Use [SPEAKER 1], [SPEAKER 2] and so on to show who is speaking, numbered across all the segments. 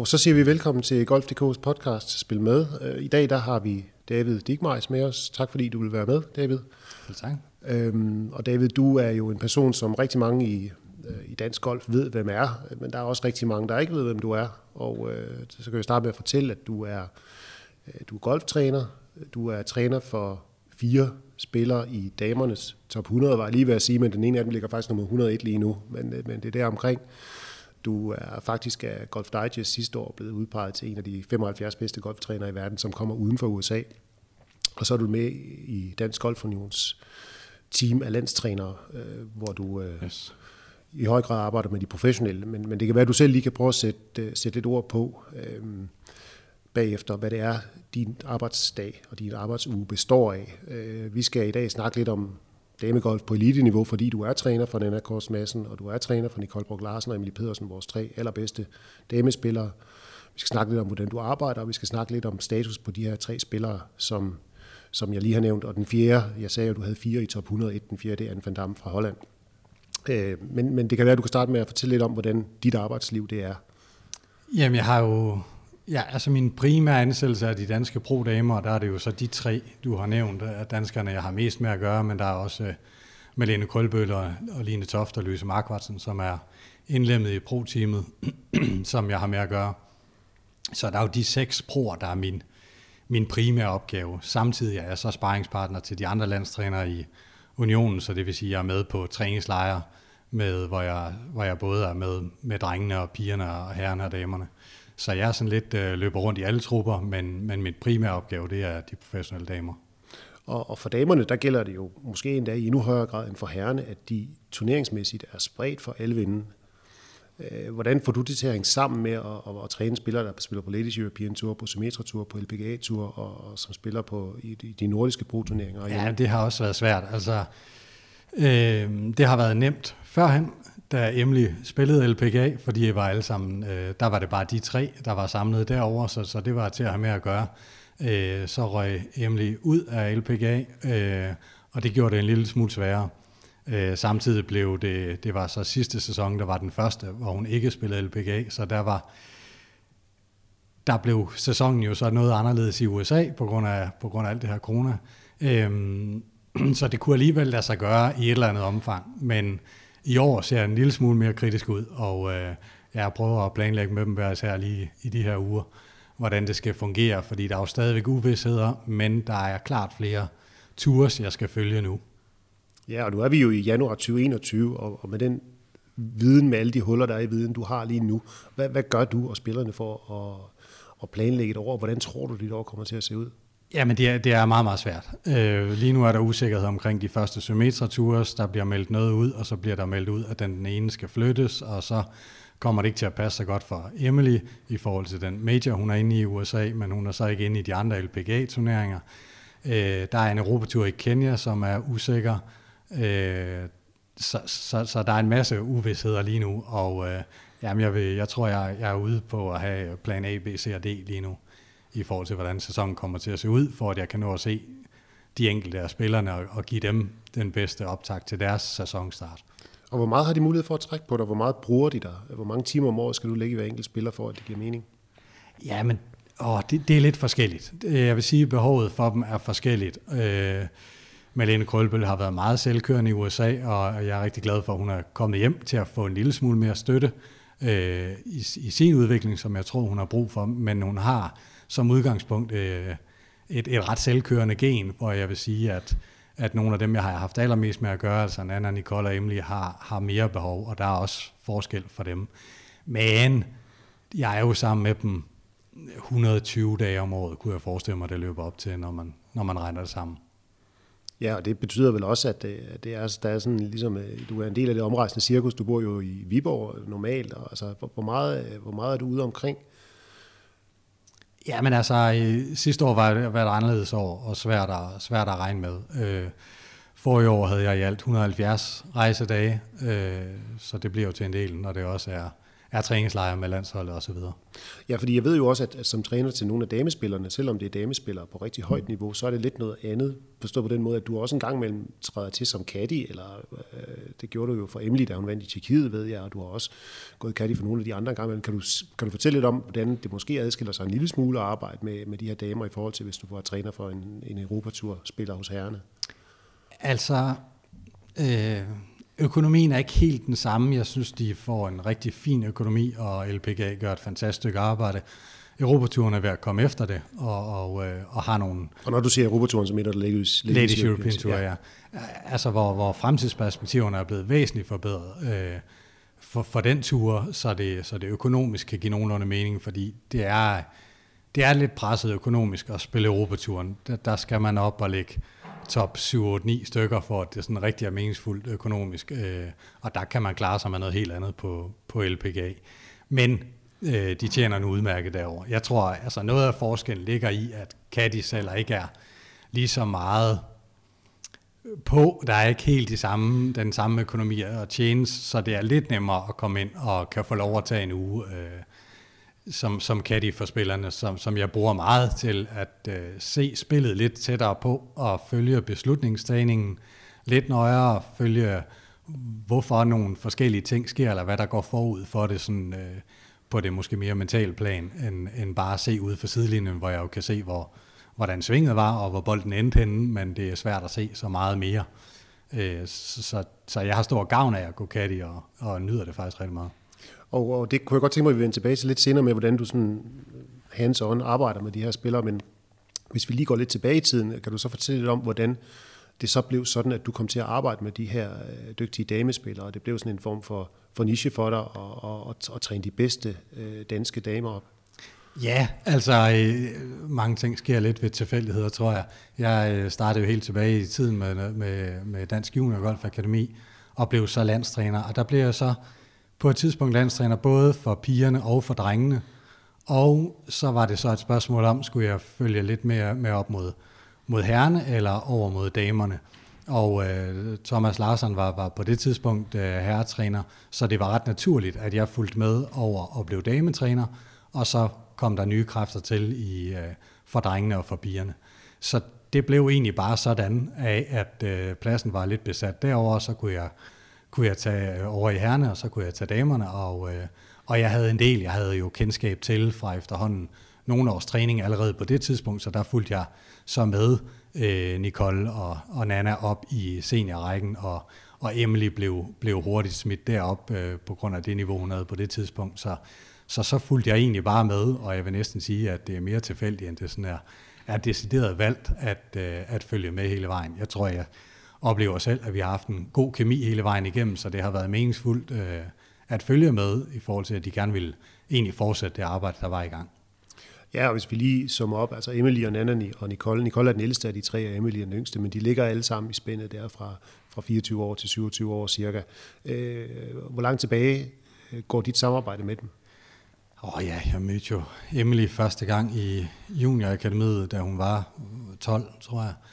[SPEAKER 1] Og så siger vi velkommen til Golf.dk's podcast Spil Med. I dag der har vi David Diekmeis med os. Tak fordi du vil være med, David.
[SPEAKER 2] Tak.
[SPEAKER 1] Og David, du er jo en person, som rigtig mange i dansk golf ved, hvem er, men der er også rigtig mange, der ikke ved, hvem du er. Og så kan jeg starte med at fortælle, at du er golftræner. Du er træner for 4 spillere i damernes top 100, var jeg lige ved at sige, men den ene af dem ligger faktisk nummer 101 lige nu, men det er der omkring. Du er faktisk af Golf Digest sidste år blevet udpeget til en af de 75 bedste golftrænere i verden, som kommer uden for USA. Og så er du med i Dansk Golfunions team af landstrænere, hvor du i høj grad arbejder med de professionelle. Men det kan være, at du selv lige kan prøve at sætte et ord på bagefter, hvad det er, din arbejdsdag og din arbejdsuge består af. Vi skal i dag snakke lidt om damegolf på elite-niveau, fordi du er træner for Nanna Kost Madsen, og du er træner for Nicole Brock Larsen og Emilie Pedersen, vores 3 allerbedste damespillere. Vi skal snakke lidt om, hvordan du arbejder, og vi skal snakke lidt om status på de her 3 spillere, som jeg lige har nævnt. Og den fjerde, jeg sagde, at du havde 4 i top 101, den fjerde, det er Anne van Dam fra Holland. Men det kan være, at du kan starte med at fortælle lidt om, hvordan dit arbejdsliv det er.
[SPEAKER 2] Jamen, jeg har jo... Ja, altså min primære ansættelse er de danske pro-damer, og der er det jo så de 3, du har nævnt, af danskerne, jeg har mest med at gøre, men der er også Malene Krølbøl og Line Toft og Louise Markvartsen, som er indlemmet i pro-teamet, som jeg har med at gøre. Så der er jo de 6 proer, der er min primære opgave. Samtidig er jeg så sparringspartner til de andre landstrænere i unionen, så det vil sige, at jeg er med på træningslejre, hvor jeg både er med drengene og pigerne og herrerne og damerne. Så jeg er sådan lidt løber rundt i alle trupper, men mit primære opgave, det er de professionelle damer.
[SPEAKER 1] Og for damerne, der gælder det jo måske endda i endnu højere grad end for herrerne, at de turneringsmæssigt er spredt for alle vinde. Hvordan får du det til at hænge sammen med at træne spillere, der spiller på Ladies European Tour, på Symetra Tour, på LPGA Tour, og som spiller i de nordiske pro-turneringer?
[SPEAKER 2] Ja, det har også været svært. Altså, det har været nemt førhen, da Emily spillede LPGA, fordi I var alle sammen, der var det bare de 3, der var samlet derovre, så det var til at have med at gøre. Så røg Emily ud af LPGA, og det gjorde det en lille smule sværere. Samtidig blev det var så sidste sæson, der var den første, hvor hun ikke spillede LPGA, så der blev sæsonen jo så noget anderledes i USA på grund af alt det her corona. Så det kunne alligevel lade sig gøre i et eller andet omfang, men i år ser en lille smule mere kritisk ud, og jeg prøver at planlægge med dem hver især lige i de her uger, hvordan det skal fungere, fordi der er jo stadigvæk uvidsheder, men der er klart flere tours, jeg skal følge nu.
[SPEAKER 1] Ja, og nu er vi jo i januar 2021, og med den viden, med alle de huller, der er i viden, du har lige nu, hvad gør du og spillerne for at planlægge et år? Hvordan tror du, dit år kommer til at se ud?
[SPEAKER 2] Jamen, det er meget, meget svært. Lige nu er der usikkerhed omkring de første Symetra Tours. Der bliver meldt noget ud, og så bliver der meldt ud, at den ene skal flyttes, og så kommer det ikke til at passe så godt for Emily i forhold til den major, hun er inde i USA, men hun er så ikke inde i de andre LPGA-turneringer. Der er en Europatur i Kenya, som er usikker. Så der er en masse uvidsheder lige nu, og jeg tror, jeg er ude på at have plan A, B, C og D lige nu, i forhold til, hvordan sæsonen kommer til at se ud, for at jeg kan nå at se de enkelte af spillerne og give dem den bedste optakt til deres sæsonstart.
[SPEAKER 1] Og hvor meget har de mulighed for at trække på dig? Hvor meget bruger de dig? Hvor mange timer om året skal du lægge i hver enkelt spiller, for at det giver mening?
[SPEAKER 2] Ja, men det er lidt forskelligt. Jeg vil sige, at behovet for dem er forskelligt. Malene Krølbøl har været meget selvkørende i USA, og jeg er rigtig glad for, at hun er kommet hjem til at få en lille smule mere støtte i sin udvikling, som jeg tror, hun har brug for. Men hun har som udgangspunkt et ret selvkørende gen, hvor jeg vil sige, at nogle af dem, jeg har haft allermest med at gøre, altså Anna, Nicole og Emily, har mere behov, og der er også forskel for dem. Men jeg er jo sammen med dem 120 dage om året, kunne jeg forestille mig, det løber op til, når man regner det sammen.
[SPEAKER 1] Ja, og det betyder vel også, at der er sådan ligesom, du er en del af det omrejsende cirkus, du bor jo i Viborg normalt, og altså, hvor meget er du ude omkring?
[SPEAKER 2] Ja, men altså, sidste år var det et anderledes år, og svært at regne med. Forrige år havde jeg i alt 170 rejsedage, så det bliver jo til en del, når det også er træningslejre med landsholdet osv.
[SPEAKER 1] Ja, fordi jeg ved jo også, at som træner til nogle af damespillerne, selvom det er damespillere på rigtig højt niveau, så er det lidt noget andet. Forstå på den måde, at du også en gang imellem træder til som caddy, eller det gjorde du jo for Emily, da hun vandt i Tjekkiet, ved jeg, og du har også gået caddy for nogle af de andre gange imellem. Kan du fortælle lidt om, hvordan det måske adskiller sig en lille smule at arbejde med de her damer i forhold til, hvis du var træner for en Europatur-spiller hos herrerne?
[SPEAKER 2] Altså, økonomien er ikke helt den samme. Jeg synes, de får en rigtig fin økonomi, og LPGA gør et fantastisk stykke arbejde. Europaturen er ved at komme efter det, og har nogle...
[SPEAKER 1] Og når du siger Europaturen, så mener du
[SPEAKER 2] Ladies European Tour, ja. Altså, hvor fremtidsperspektiverne er blevet væsentligt forbedret for den tur, så det økonomisk kan give nogenlunde mening, fordi det er lidt presset økonomisk at spille Europaturen. Der skal man op og lægge top 7-8-9 stykker, for at det sådan rigtig er meningsfuldt økonomisk, og der kan man klare sig med noget helt andet på LPGA. Men de tjener nu udmærket derovre. Jeg tror, altså noget af forskellen ligger i, at caddies heller ikke er lige så meget på. Der er ikke helt den samme økonomi at tjene, så det er lidt nemmere at komme ind og kan få lov at tage en uge som caddy for spillerne, som jeg bruger meget til at se spillet lidt tættere på og følge beslutningstræningen lidt nøjere, følge hvorfor nogle forskellige ting sker, eller hvad der går forud for det sådan, på det måske mere mentale plan, end bare at se ude for sidelinjen, hvor jeg jo kan se, hvordan svinget var, og hvor bolden endte henne, men det er svært at se så meget mere. Så jeg har stor gavn af at gå caddy, og nyder det faktisk rigtig meget.
[SPEAKER 1] Og det kunne jeg godt tænke mig, at vi vender tilbage til lidt senere med, hvordan du sådan hands-on arbejder med de her spillere, men hvis vi lige går lidt tilbage i tiden, kan du så fortælle lidt om, hvordan det så blev sådan, at du kom til at arbejde med de her dygtige damespillere, og det blev sådan en form for niche for dig, og træne de bedste danske damer op?
[SPEAKER 2] Ja, altså mange ting sker lidt ved tilfældigheder, tror jeg. Jeg startede jo helt tilbage i tiden med Dansk Junior Golf Akademi, og blev så landstræner, og der blev jeg så på et tidspunkt landstræner både for pigerne og for drengene, og så var det så et spørgsmål om, skulle jeg følge lidt mere op mod herrerne eller over mod damerne. Og Thomas Larsson var på det tidspunkt herretræner, så det var ret naturligt, at jeg fulgte med over og blev dametræner, og så kom der nye kræfter til for drengene og for pigerne. Så det blev egentlig bare sådan af, at pladsen var lidt besat derover, så kunne jeg tage over i herrerne, og så kunne jeg tage damerne, og jeg havde en del, jeg havde jo kendskab til fra efterhånden nogle års træning allerede på det tidspunkt, så der fulgte jeg så med Nicole og Nana op i seniorrækken, og Emily blev hurtigt smidt derop på grund af det niveau, hun havde på det tidspunkt, så fulgte jeg egentlig bare med, og jeg vil næsten sige, at det er mere tilfældigt, end det sådan er decideret valgt at følge med hele vejen. Jeg tror, jeg oplever selv, at vi har haft en god kemi hele vejen igennem, så det har været meningsfuldt at følge med, i forhold til, at de gerne ville egentlig fortsætte det arbejde, der var i gang.
[SPEAKER 1] Ja, og hvis vi lige summer op, altså Emily og Nana og Nicole. Nicole er den ældste af de tre, og Emily er den yngste, men de ligger alle sammen i spændet der fra 24 år til 27 år cirka. Hvor langt tilbage går dit samarbejde med dem?
[SPEAKER 2] Jeg mødte jo Emily første gang i juniorakademiet, da hun var 12, tror jeg.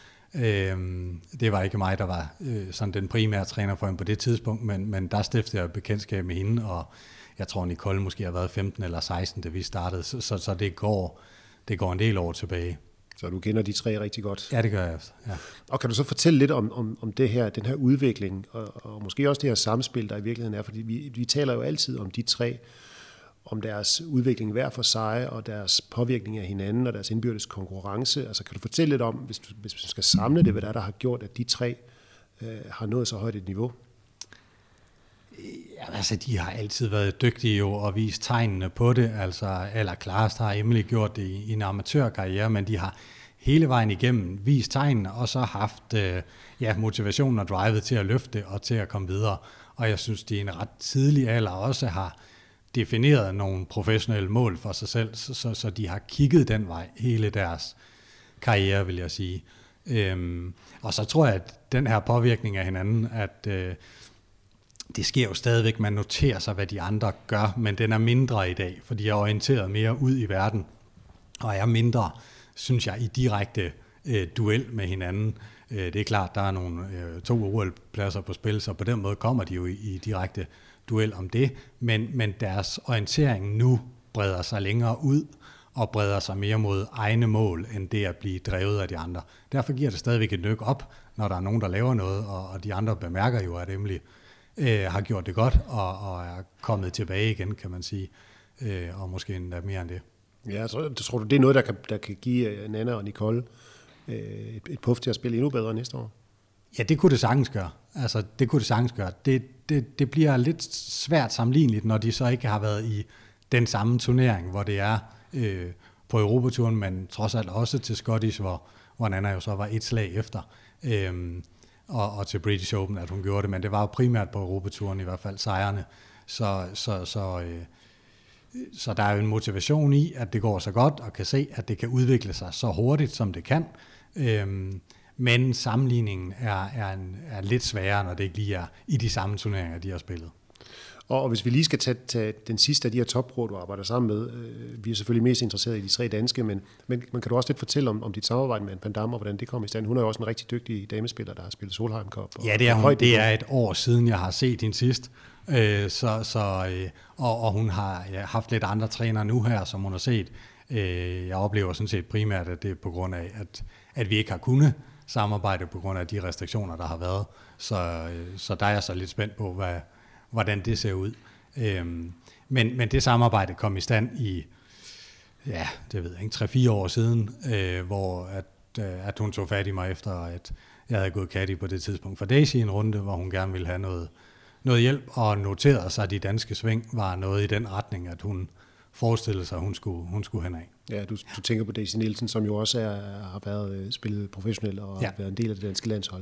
[SPEAKER 2] Det var ikke mig, der var sådan den primære træner for hende på det tidspunkt, men der stiftede jeg bekendtskab med hende, og jeg tror, Nicole måske har været 15 eller 16, da vi startede, så det går en del år tilbage.
[SPEAKER 1] Så du kender de tre rigtig godt?
[SPEAKER 2] Ja, det gør jeg også. Ja.
[SPEAKER 1] Og kan du så fortælle lidt om det her, den her udvikling, og måske også det her samspil, der i virkeligheden er, fordi vi taler jo altid om de tre, om deres udvikling hver for sig, og deres påvirkning af hinanden, og deres indbyrdes konkurrence. Altså kan du fortælle lidt om, hvis du skal samle det, hvad der har gjort, at de tre har nået så højt et niveau?
[SPEAKER 2] Ja, altså de har altid været dygtige jo, og vist tegnene på det. Altså allerklarest har Emily gjort det i en amatørkarriere, men de har hele vejen igennem vist tegnene, og så haft motivationen og drivet til at løfte og til at komme videre. Og jeg synes, de i en ret tidlig alder også har defineret nogle professionelle mål for sig selv, så de har kigget den vej hele deres karriere, vil jeg sige. Og så tror jeg, at den her påvirkning af hinanden, at det sker jo stadigvæk, man noterer sig, hvad de andre gør, men den er mindre i dag, for de er orienteret mere ud i verden, og er mindre, synes jeg, i direkte duel med hinanden. Det er klart, der er nogle 2 OL-pladser på spil, så på den måde kommer de jo i direkte duel om det, men deres orientering nu breder sig længere ud, og breder sig mere mod egne mål, end det at blive drevet af de andre. Derfor giver det stadigvæk et nyk op, når der er nogen, der laver noget, og de andre bemærker jo, at Emily har gjort det godt, og er kommet tilbage igen, kan man sige, og måske endda mere end det.
[SPEAKER 1] Ja, så tror du, det er noget, der kan give Nanna og Nicole et puff til at spille endnu bedre næste år?
[SPEAKER 2] Ja, det kunne det sagtens gøre. Altså, det kunne det sagtens gøre. Det bliver lidt svært sammenligneligt, når de så ikke har været i den samme turnering, hvor det er på Europaturen, men trods alt også til Scottish, hvor Nanna jo så var et slag efter, og til British Open, at hun gjorde det, men det var jo primært på Europaturen, i hvert fald sejrene. Så der er jo en motivation i, at det går så godt, og kan se, at det kan udvikle sig så hurtigt, som det kan. Men sammenligningen er lidt sværere, når det ikke lige er i de samme turneringer, de har spillet.
[SPEAKER 1] Og hvis vi lige skal tage den sidste af de her toppro, du arbejder sammen med, vi er selvfølgelig mest interesseret i de 3 danske, men kan du også lidt fortælle om dit samarbejde med Anne van Damme, og hvordan det kom i stand? Hun er jo også en rigtig dygtig damespiller, der har spillet Solheim Cup.
[SPEAKER 2] Ja, det er hun. Det er et år siden, jeg har set hende sidst. Og hun har haft lidt andre trænere nu her, som hun har set. Jeg oplever sådan set primært, at det er på grund af, at vi ikke har kunnet samarbejde på grund af de restriktioner, der har været. Så der er jeg så lidt spændt på, hvordan det ser ud. Men det samarbejde kom i stand i, ja, det ved jeg ikke, 3-4 år siden, hvor at hun tog fat i mig efter, at jeg havde gået caddy på det tidspunkt for Daisy i en runde, hvor hun gerne ville have noget hjælp, og noterede sig, at de danske sving var noget i den retning, at hun forestillede sig, at hun skulle henad.
[SPEAKER 1] Ja, du tænker på Daisy Nielsen, som jo også har været spillet professionelt og har været en del af det danske landshold.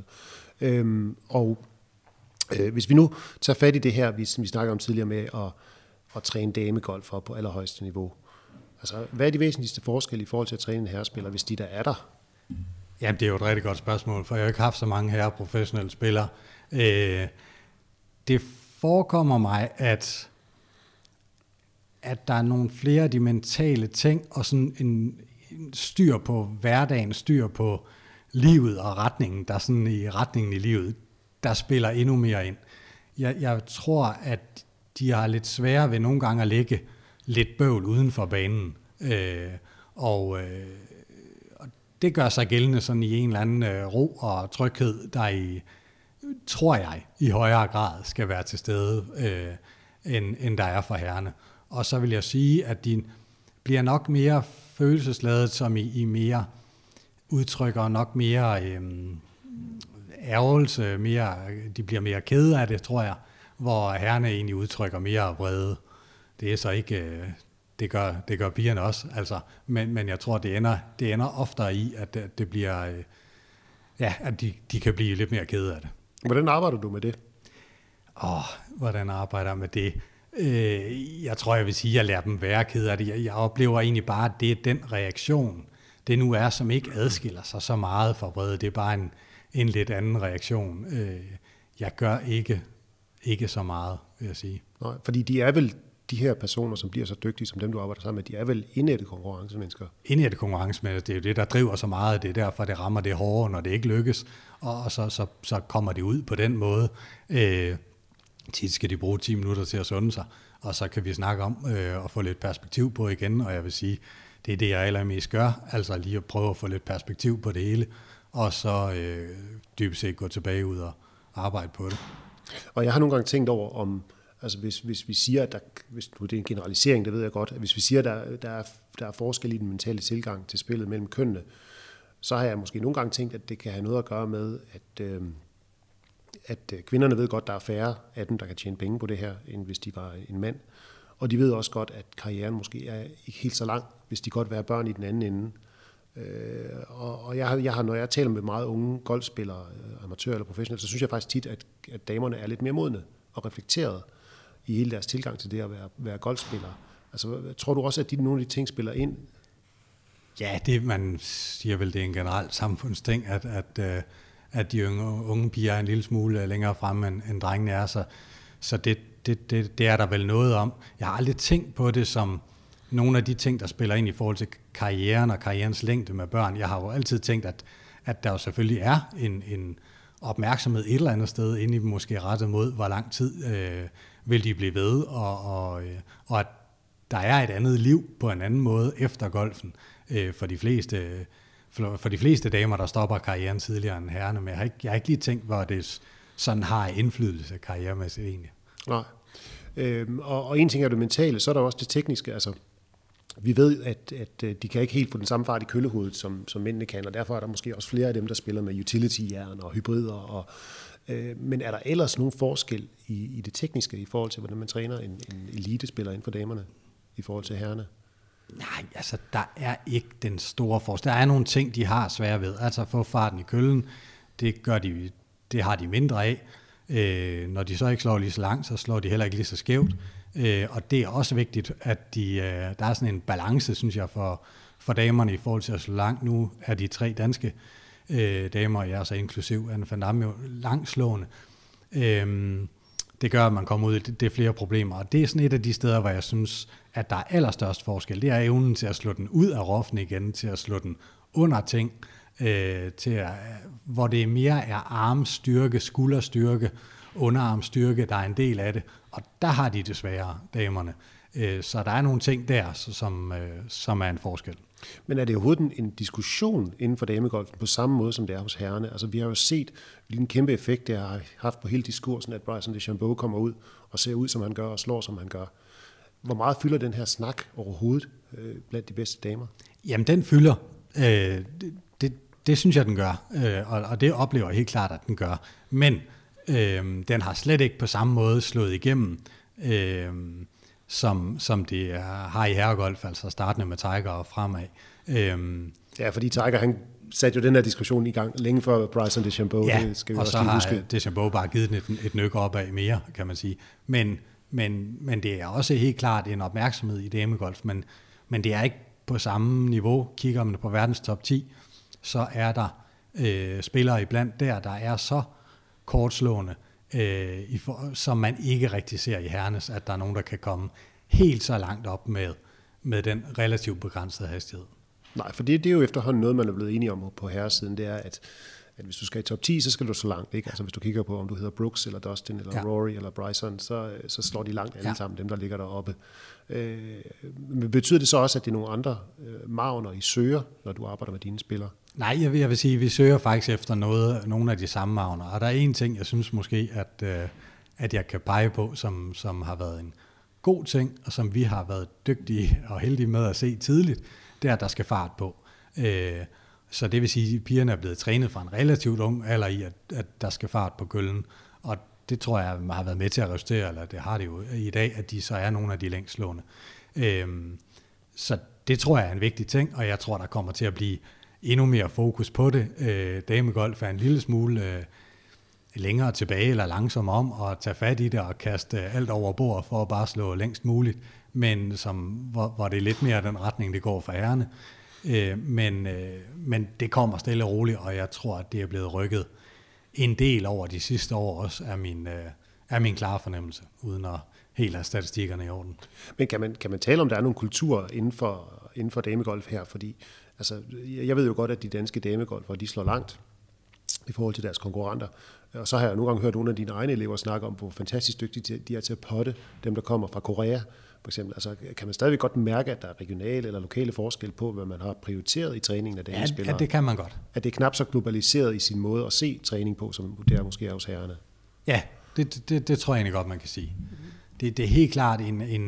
[SPEAKER 1] Hvis vi nu tager fat i det her, som vi snakkede om tidligere med at træne damegolf på allerhøjeste niveau. Altså, hvad er de væsentligste forskelle i forhold til at træne en herrespiller, hvis de der er der?
[SPEAKER 2] Jamen, det er jo et rigtig godt spørgsmål, for jeg har ikke haft så mange herre professionelle spillere. Det forekommer mig, at der er nogle flere af de mentale ting, og sådan en styr på hverdagen, styr på livet og retningen, der sådan i retningen i livet, der spiller endnu mere ind. Jeg tror, at de har lidt sværere ved nogle gange at lægge lidt bøvl uden for banen. Og det gør sig gældende sådan i en eller anden ro og tryghed, der tror jeg, i højere grad skal være til stede, end der er for herrerne. Og så vil jeg sige, at de bliver nok mere følelsesladet, som i mere udtrykker nok mere ærgelse, de bliver mere kede af det, tror jeg, hvor herrerne egentlig udtrykker mere vrede. Det er så ikke, det gør pigerne også, altså, men jeg tror, det ender oftere i, at det bliver, at de kan blive lidt mere kede af det.
[SPEAKER 1] Hvordan arbejder du med det?
[SPEAKER 2] Hvordan arbejder jeg med det? Jeg tror, jeg vil sige, at jeg lærer dem være kede af det. Jeg oplever egentlig bare, at det er den reaktion, det nu er, som ikke adskiller sig så meget fra vrede. Det er bare en lidt anden reaktion. Jeg gør ikke så meget, vil jeg sige.
[SPEAKER 1] Nej, fordi de er vel de her personer, som bliver så dygtige som dem, du arbejder sammen med, de er vel indætte konkurrencemennesker?
[SPEAKER 2] Indætte konkurrencemennesker, det er jo det, der driver så meget. Det er derfor, det rammer det hårde, når det ikke lykkes. Og så kommer det ud på den måde. Tit skal de bruge 10 minutter til at sunde sig, og så kan vi snakke om at få lidt perspektiv på igen. Og jeg vil sige, det er det, jeg allermest gør. Altså lige at prøve at få lidt perspektiv på det hele, og så dybest set gå tilbage ud og arbejde på det.
[SPEAKER 1] Og jeg har nogle gange tænkt over, om altså hvis vi siger, at hvis nu det er en generalisering, det ved jeg godt, at hvis vi siger, at der er forskel i den mentale tilgang til spillet mellem kønnene, så har jeg måske nogle gange tænkt, at det kan have noget at gøre med, at kvinderne ved godt, at der er færre af dem, der kan tjene penge på det her, end hvis de var en mand. Og de ved også godt, at karrieren måske er ikke helt så lang, hvis de godt vil have børn i den anden ende. Og jeg har, når jeg taler med meget unge golfspillere, amatører eller professionelle, så synes jeg faktisk tit, at damerne er lidt mere modne og reflekteret i hele deres tilgang til det at være golfspillere. Altså, tror du også, at nogle af de ting spiller ind?
[SPEAKER 2] Ja, man siger vel, det er en generelt samfundsting, at de unge piger er en lille smule længere fremme, end drengene er. Så det er der vel noget om. Jeg har aldrig tænkt på det som nogle af de ting, der spiller ind i forhold til karrieren og karrierens længde med børn. Jeg har jo altid tænkt, at der jo selvfølgelig er en opmærksomhed et eller andet sted, inden I måske rettet mod, hvor lang tid vil de blive ved, og at der er et andet liv på en anden måde efter golfen for de fleste damer, der stopper karrieren tidligere end herrerne, men jeg har ikke lige tænkt, hvor det sådan har indflydelse karrieremæssigt egentlig.
[SPEAKER 1] Nej. Og en ting er det mentale, så er der også det tekniske. Altså, vi ved, at de kan ikke helt få den samme fart i køllehovedet, som mændene kan, og derfor er der måske også flere af dem, der spiller med utility-jern og hybrider. Men er der ellers nogen forskel i det tekniske i forhold til, hvordan man træner en elitespiller inden for damerne i forhold til herrerne?
[SPEAKER 2] Nej, altså der er ikke den store forskel. Der er nogle ting, de har svært ved. Altså at få farten i køllen, det har de mindre af. Når de så ikke slår lige så langt, så slår de heller ikke lige så skævt. Og det er også vigtigt, at der er sådan en balance, synes jeg, for damerne i forhold til at slå langt. Nu er de 3 danske damer, jeg er så inklusiv Anne van Damme, jo langslående. Det gør, at man kommer ud i det flere problemer. Og det er sådan et af de steder, hvor jeg synes, at der er allerstørst forskel. Det er evnen til at slå den ud af roffen igen, til at slå den under ting, hvor det mere er armstyrke, skulderstyrke, underarmstyrke, der er en del af det. Og der har de desværre damerne. Så der er nogle ting der, som er en forskel.
[SPEAKER 1] Men er det overhovedet en diskussion inden for damegolfen på samme måde, som det er hos herrerne? Altså, vi har jo set, hvilken kæmpe effekt det har haft på hele diskursen, at Bryson DeChambeau kommer ud og ser ud, som han gør, og slår, som han gør. Hvor meget fylder den her snak overhovedet blandt de bedste damer?
[SPEAKER 2] Jamen, den fylder. Det synes jeg, den gør. Og det oplever jeg helt klart, at den gør. Men den har slet ikke på samme måde slået igennem, som det har i herregolf, altså startende med Tiger og fremad.
[SPEAKER 1] Ja, fordi Tiger, han satte jo den her diskussion i gang længe før Bryson DeChambeau.
[SPEAKER 2] Ja,
[SPEAKER 1] det skal vi
[SPEAKER 2] og
[SPEAKER 1] også
[SPEAKER 2] så
[SPEAKER 1] lige
[SPEAKER 2] har
[SPEAKER 1] huske.
[SPEAKER 2] DeChambeau bare givet den et nyk opad mere, kan man sige. Men det er også helt klart en opmærksomhed i damegolf, men det er ikke på samme niveau. Kigger man på verdens top 10, så er der spillere iblandt der er så kortslående, som man ikke rigtig ser i herrenes, at der er nogen, der kan komme helt så langt op med den relativt begrænsede hastighed.
[SPEAKER 1] Nej, for det er jo efterhånden noget, man er blevet enige om på herresiden, det er, at hvis du skal i top 10, så skal du så langt, ikke? Altså hvis du kigger på, om du hedder Brooks, eller Dustin, eller Rory, eller Bryson, så slår de langt alle sammen, dem der ligger deroppe. Men betyder det så også, at det er nogle andre marginer, I søger, når du arbejder med dine spillere?
[SPEAKER 2] Nej, jeg vil sige, at vi søger faktisk efter nogle af de samme marginer, og der er en ting, jeg synes måske, at jeg kan pege på, som har været en god ting, og som vi har været dygtige og heldige med at se tidligt, det er, at der skal fart på. Så det vil sige, at pigerne er blevet trænet fra en relativt ung alder i, at der skal fart på køllen. Og det tror jeg har været med til at resultere, eller det har det jo i dag, at de så er nogle af de længstslående. Så det tror jeg er en vigtig ting, og jeg tror, der kommer til at blive endnu mere fokus på det. Damegolf er en lille smule længere tilbage eller langsomt om at tage fat i det og kaste alt over bord for at bare slå længst muligt, men hvor det er lidt mere den retning, det går for herrerne. Men det kommer stille og roligt, og jeg tror, at det er blevet rykket en del over de sidste år også, er min klare fornemmelse, uden at helt have statistikkerne i orden.
[SPEAKER 1] Men kan man tale om, der er nogle kulturer inden for damegolf her? Fordi altså, jeg ved jo godt, at de danske damegolfere, de slår langt i forhold til deres konkurrenter. Og så har jeg nogle gange hørt nogle af dine egne elever snakke om, hvor fantastisk dygtige de er til at potte, dem der kommer fra Korea. For eksempel, altså, kan man stadigvæk godt mærke, at der er regionale eller lokale forskel på, hvad man har prioriteret i træningen af damespillere?
[SPEAKER 2] Ja, det kan man godt.
[SPEAKER 1] At det er knap så globaliseret i sin måde at se træning på, som det er måske hos herrerne?
[SPEAKER 2] Ja, det tror jeg egentlig godt, man kan sige. Det er helt klart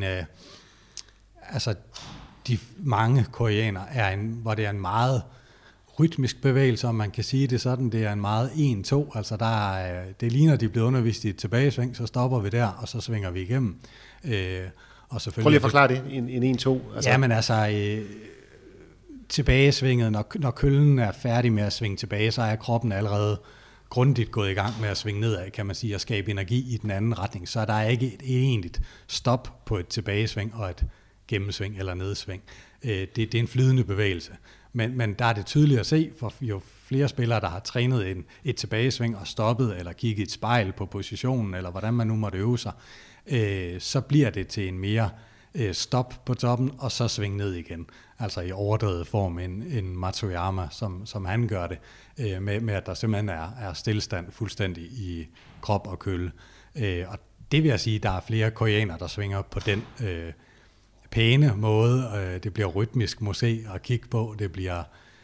[SPEAKER 2] altså de mange koreanere hvor det er en meget rytmisk bevægelse, om man kan sige det sådan. Det er en meget 1-2, altså det ligner, de er blevet undervist i et tilbagesving, så stopper vi der, og så svinger vi igennem. Og
[SPEAKER 1] prøv lige at forklare det, en 1-2. Altså.
[SPEAKER 2] Ja, men altså tilbagesvinget, når køllen er færdig med at svinge tilbage, så er kroppen allerede grundigt gået i gang med at svinge nedad, kan man sige, og skabe energi i den anden retning. Så der er ikke et egentligt stop på et tilbagesving og et gennemsving eller nedsving. Det er en flydende bevægelse. Men der er det tydeligt at se, for jo flere spillere, der har trænet et tilbagesving og stoppet, eller kigget et spejl på positionen, eller hvordan man nu måtte øve sig, så bliver det til en mere stop på toppen, og så svinge ned igen. Altså i overdrevet form en Matsuyama, som han gør det, med at der simpelthen er stillestand fuldstændig i krop og kølle. Og det vil jeg sige, der er flere koreanere, der svinger på den pæne måde. Det bliver rytmisk måske at kigge på. Det bliver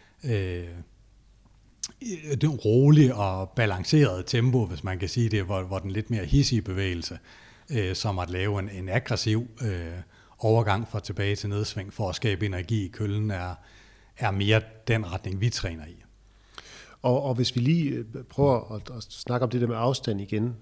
[SPEAKER 2] rolig og balanceret tempo, hvis man kan sige det, hvor den lidt mere hissige bevægelse, som at lave en aggressiv overgang fra tilbage til nedsving for at skabe energi i køllen, er mere den retning, vi træner i.
[SPEAKER 1] Og hvis vi lige prøver at snakke om det der med afstand igen,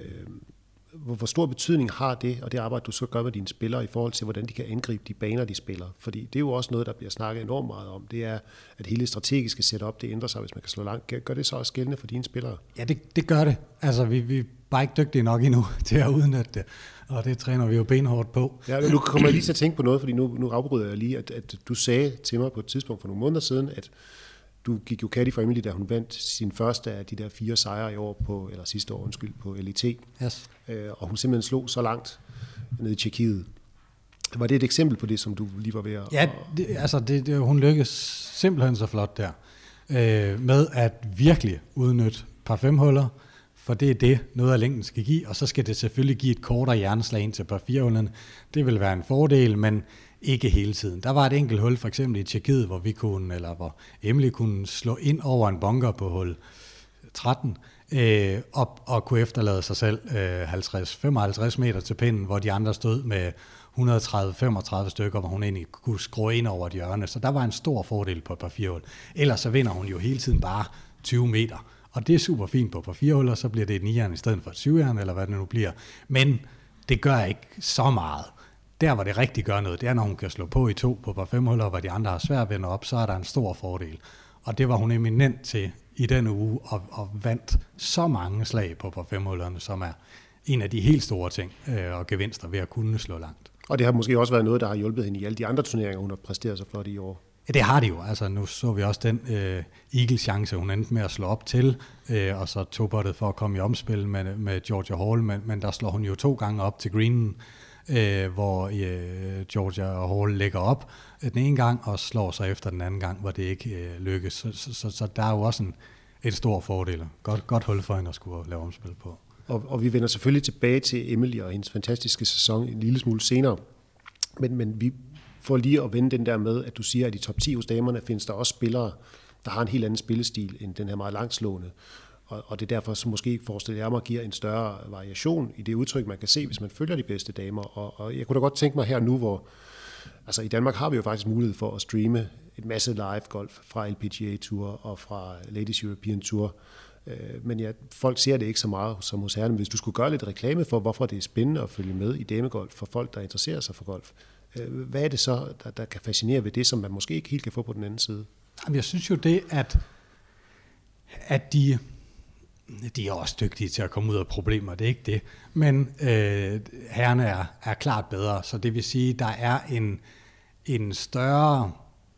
[SPEAKER 1] hvor stor betydning har det, og det arbejde, du så gør med dine spillere, i forhold til, hvordan de kan angribe de baner, de spiller? Fordi det er jo også noget, der bliver snakket enormt meget om. Det er, at hele strategiske setup, det ændrer sig, hvis man kan slå langt. Gør det så også gældende for dine spillere?
[SPEAKER 2] Ja, det gør det. Altså, vi er bare ikke dygtige nok endnu til at udnytte det, og det træner vi jo benhårdt på.
[SPEAKER 1] Ja, nu kommer jeg lige til at tænke på noget, fordi nu afbryder jeg lige, at du sagde til mig på et tidspunkt for nogle måneder siden, at du gik jo caddy for Emily, da hun vandt sin første af de der 4 sejre i år sidste år, på LET.
[SPEAKER 2] Yes.
[SPEAKER 1] Og hun simpelthen slog så langt ned i Tjekkiet. Var det et eksempel på det, som du lige var ved at...
[SPEAKER 2] Ja, hun lykkedes simpelthen så flot der. Med at virkelig udnytte par 5-huller, for det er det, noget af længden skal give, og så skal det selvfølgelig give et kortere hjerneslag ind til par 4-hullerne. Det vil være en fordel, men ikke hele tiden. Der var et enkelt hul, for eksempel i Tjekkiet, hvor Emily kunne slå ind over en bunker på hul 13, og kunne efterlade sig selv 50-55 meter til pinden, hvor de andre stod med 130-35 stykker, hvor hun egentlig kunne skrue ind over et hjørne. Så der var en stor fordel på et par 4-hul. Ellers så vinder hun jo hele tiden bare 20 meter. Og det er super fint på par 4-huller, så bliver det et 9'eren i stedet for et 7'eren, eller hvad det nu bliver. Men det gør ikke så meget. Der, hvor det rigtig gør noget, det er, når hun kan slå på i 2 på par 5-huller, hvor de andre har svært ved at nå op, så er der en stor fordel. Og det var hun eminent til i den uge, og vandt så mange slag på par 5-hullerne, som er en af de helt store ting og gevinster ved at kunne slå langt. Og
[SPEAKER 1] det har måske også været noget, der har hjulpet hende i alle de andre turneringer, hun har præsteret så flot i år.
[SPEAKER 2] Ja, det har de jo. Altså, nu så vi også den eagle-chance, hun endte med at slå op til, og så tobottet for at komme i omspil med Georgia Hall, men der slår hun jo 2 gange op til greenen, hvor Georgia Hall lægger op den ene gang, og slår sig efter den anden gang, hvor det ikke lykkes. Så der er jo også et stor fordel. Godt hul for hende at skulle lave omspil på.
[SPEAKER 1] Og vi vender selvfølgelig tilbage til Emily og hendes fantastiske sæson en lille smule senere. Men vi får lige at vende den der med, at du siger, at i top 10 hos damerne findes der også spillere, der har en helt anden spillestil end den her meget langtslående. Og det er derfor, så måske forestiller jeg mig, giver en større variation i det udtryk, man kan se, hvis man følger de bedste damer. Og jeg kunne da godt tænke mig her nu, hvor altså i Danmark har vi jo faktisk mulighed for at streame et masse live golf fra LPGA Tour og fra Ladies European Tour. Men folk ser det ikke så meget som hos herren. Hvis du skulle gøre lidt reklame for, hvorfor det er spændende at følge med i damegolf for folk, der interesserer sig for golf, hvad er det så, der kan fascinere ved det, som man måske ikke helt kan få på den anden side?
[SPEAKER 2] Jeg synes jo det, at de er også dygtige til at komme ud af problemer, det er ikke det. Men herrerne er klart bedre, så det vil sige, der er en større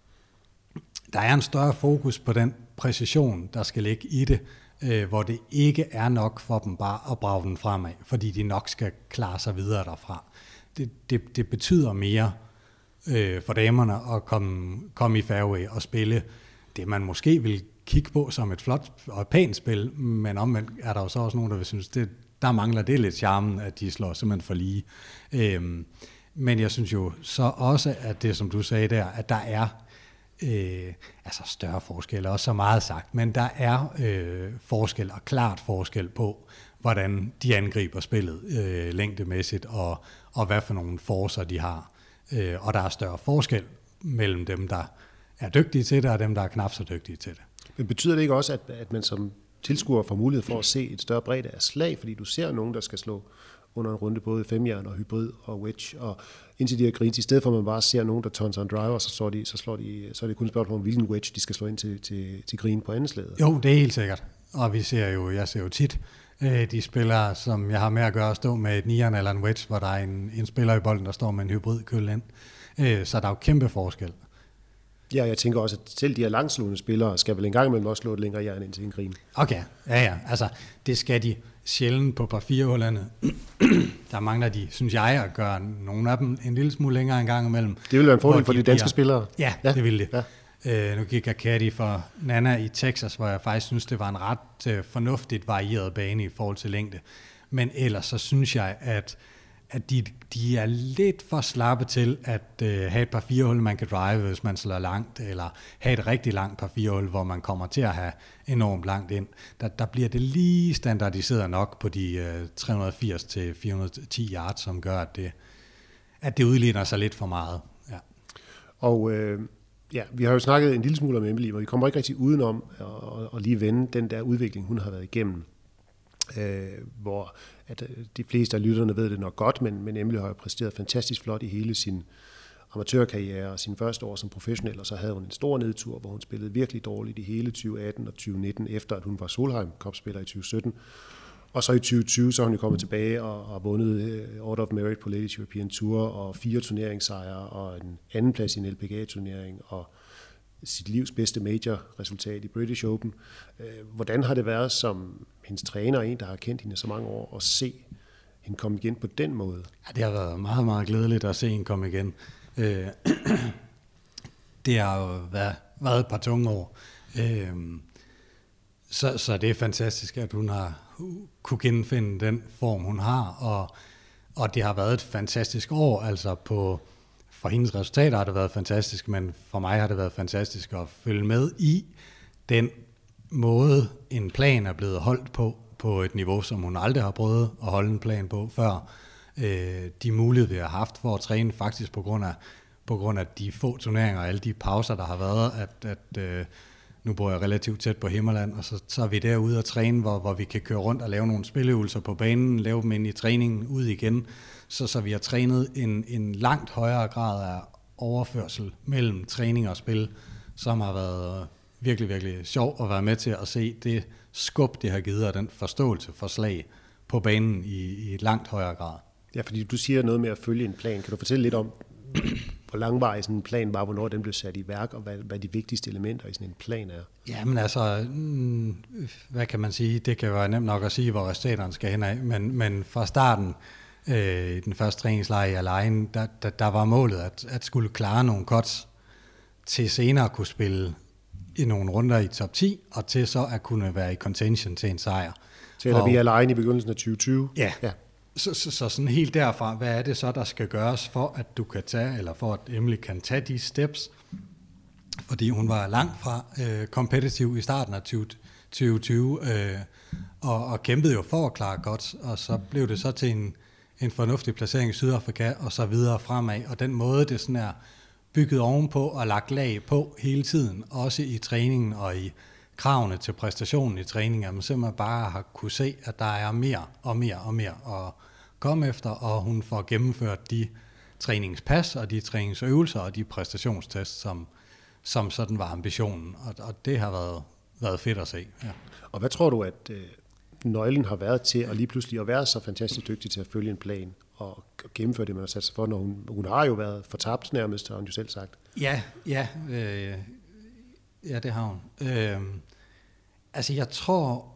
[SPEAKER 2] fokus på den præcision, der skal ligge i det, hvor det ikke er nok for dem bare at brage den fremad, fordi de nok skal klare sig videre derfra. Det betyder mere for damerne at komme i fairway og spille det, man måske vil kigge på som et flot og et pænt spil, men omvendt er der jo så også nogen, der vil synes, der mangler det lidt charmen, at de slår simpelthen for lige. Men jeg synes jo så også, at det, som du sagde der, at der er større forskel, også så meget sagt, men der er forskel og klart forskel på, hvordan de angriber spillet længdemæssigt, og hvad for nogle forcer de har. Og der er større forskel mellem dem, der er dygtige til det, og dem, der er knap så dygtige til det.
[SPEAKER 1] Men betyder det ikke også, at man som tilskuer får mulighed for at se et større bredde af slag, fordi du ser nogen, der skal slå under en runde både 5-jern og hybrid og wedge, og indtil de her greens, i stedet for at man bare ser nogen, der tonser en driver, så er det kun et spørgsmål om, hvilken wedge de skal slå ind til green på anden slæde.
[SPEAKER 2] Jo, det er helt sikkert. Og jeg ser jo tit de spillere, som jeg har med at gøre, stå med et 9'eren eller en wedge, hvor der er en spiller i bolden, der står med en hybridkølle ind. Så der er jo kæmpe forskel.
[SPEAKER 1] Ja, jeg tænker også, at selv de her langslående spillere skal vel en gang imellem også slå et længere jern ind til en green.
[SPEAKER 2] Okay, ja. Altså, det skal de. sjældent på par 4-hullerne. Der mangler de, synes jeg, at gøre nogle af dem en lille smule længere en gang imellem.
[SPEAKER 1] Det vil være en fordel for de danske spillere.
[SPEAKER 2] Ja, det vil det. Ja. Nu gik jeg caddy for Nana i Texas, hvor jeg faktisk synes, det var en ret fornuftigt varieret bane i forhold til længde. Men ellers så synes jeg, at de er lidt for slappe til at have et par 4-hul, man kan drive, hvis man slår langt, eller have et rigtig langt par 4-hul, hvor man kommer til at have enormt langt ind. Der bliver det lige standardiseret nok på de 380-410 yards, som gør, at det udligner sig lidt for meget. Ja.
[SPEAKER 1] Og vi har jo snakket en lille smule om Emily, og vi kommer ikke rigtig udenom at lige vende den der udvikling, hun har været igennem. Hvor at de fleste af lytterne ved det nok godt, men Emily har jo præsteret fantastisk flot i hele sin amatørkarriere og sin første år som professionel, og så havde hun en stor nedtur, hvor hun spillede virkelig dårligt i hele 2018 og 2019, efter at hun var Solheim Cup-spiller i 2017. Og så i 2020, så har hun jo kommet tilbage og vundet Order of Merit på Ladies European Tour, og 4 turneringssejre og en anden plads i en LPGA-turnering, og sit livs bedste major-resultat i British Open. Hvordan har det været som hendes træner, en der har kendt hende så mange år, at se hende komme igen på den måde?
[SPEAKER 2] Ja, det har været meget, meget glædeligt at se hende komme igen. Det har jo været et par tunge år. Så det er fantastisk, at hun har kunne genfinde den form, hun har, og det har været et fantastisk år, altså for hendes resultater har det været fantastisk, men for mig har det været fantastisk at følge med i den måde, en plan er blevet holdt på et niveau, som hun aldrig har prøvet at holde en plan på før. De muligheder, vi har haft for at træne, faktisk på grund af de få turneringer og alle de pauser, der har været, at nu bor jeg relativt tæt på Himmerland, og så er vi derude og træne, hvor vi kan køre rundt og lave nogle spilleøvelser på banen, lave dem ind i træningen, ud igen, så vi har trænet en langt højere grad af overførsel mellem træning og spil, som har været virkelig, virkelig sjov at være med til at se det skub, det har givet, og den forståelse for slag på banen i et langt højere grad.
[SPEAKER 1] Ja, fordi du siger noget med at følge en plan. Kan du fortælle lidt om, hvor langvarig sådan en plan var, hvornår den blev sat i værk, og hvad de vigtigste elementer i sådan en plan er?
[SPEAKER 2] Jamen altså, hvad kan man sige? Det kan være nemt nok at sige, hvor resultaterne skal hen af, men fra starten, i den første træningslejr i Alejne, der var målet at skulle klare nogle cuts, til senere at kunne spille i nogle runder i top 10, og til så at kunne være i contention til en sejr.
[SPEAKER 1] Taler vi Alejne i begyndelsen af 2020?
[SPEAKER 2] Ja. Så sådan helt derfra, hvad er det så, der skal gøres for, at du kan tage, eller for at Emily kan tage de steps? Fordi hun var langt fra competitive i starten af 2020, og kæmpede jo for at klare godt, og så blev det så til en fornuftig placering i Sydafrika, og så videre fremad. Og den måde, det sådan er bygget ovenpå og lagt lag på hele tiden, også i træningen og i kravene til præstationen i træningen, at man simpelthen bare har kunne se, at der er mere og mere og mere at komme efter, og hun får gennemført de træningspas og de træningsøvelser og de præstationstests, som sådan var ambitionen, og det har været fedt at se. Ja.
[SPEAKER 1] Og hvad tror du, at nøglen har været til at lige pludselig at være så fantastisk dygtig til at følge en plan og gennemføre det, man har sat sig for, når hun har jo været fortabt nærmest, har hun jo selv sagt.
[SPEAKER 2] Ja, det har hun. Altså jeg tror,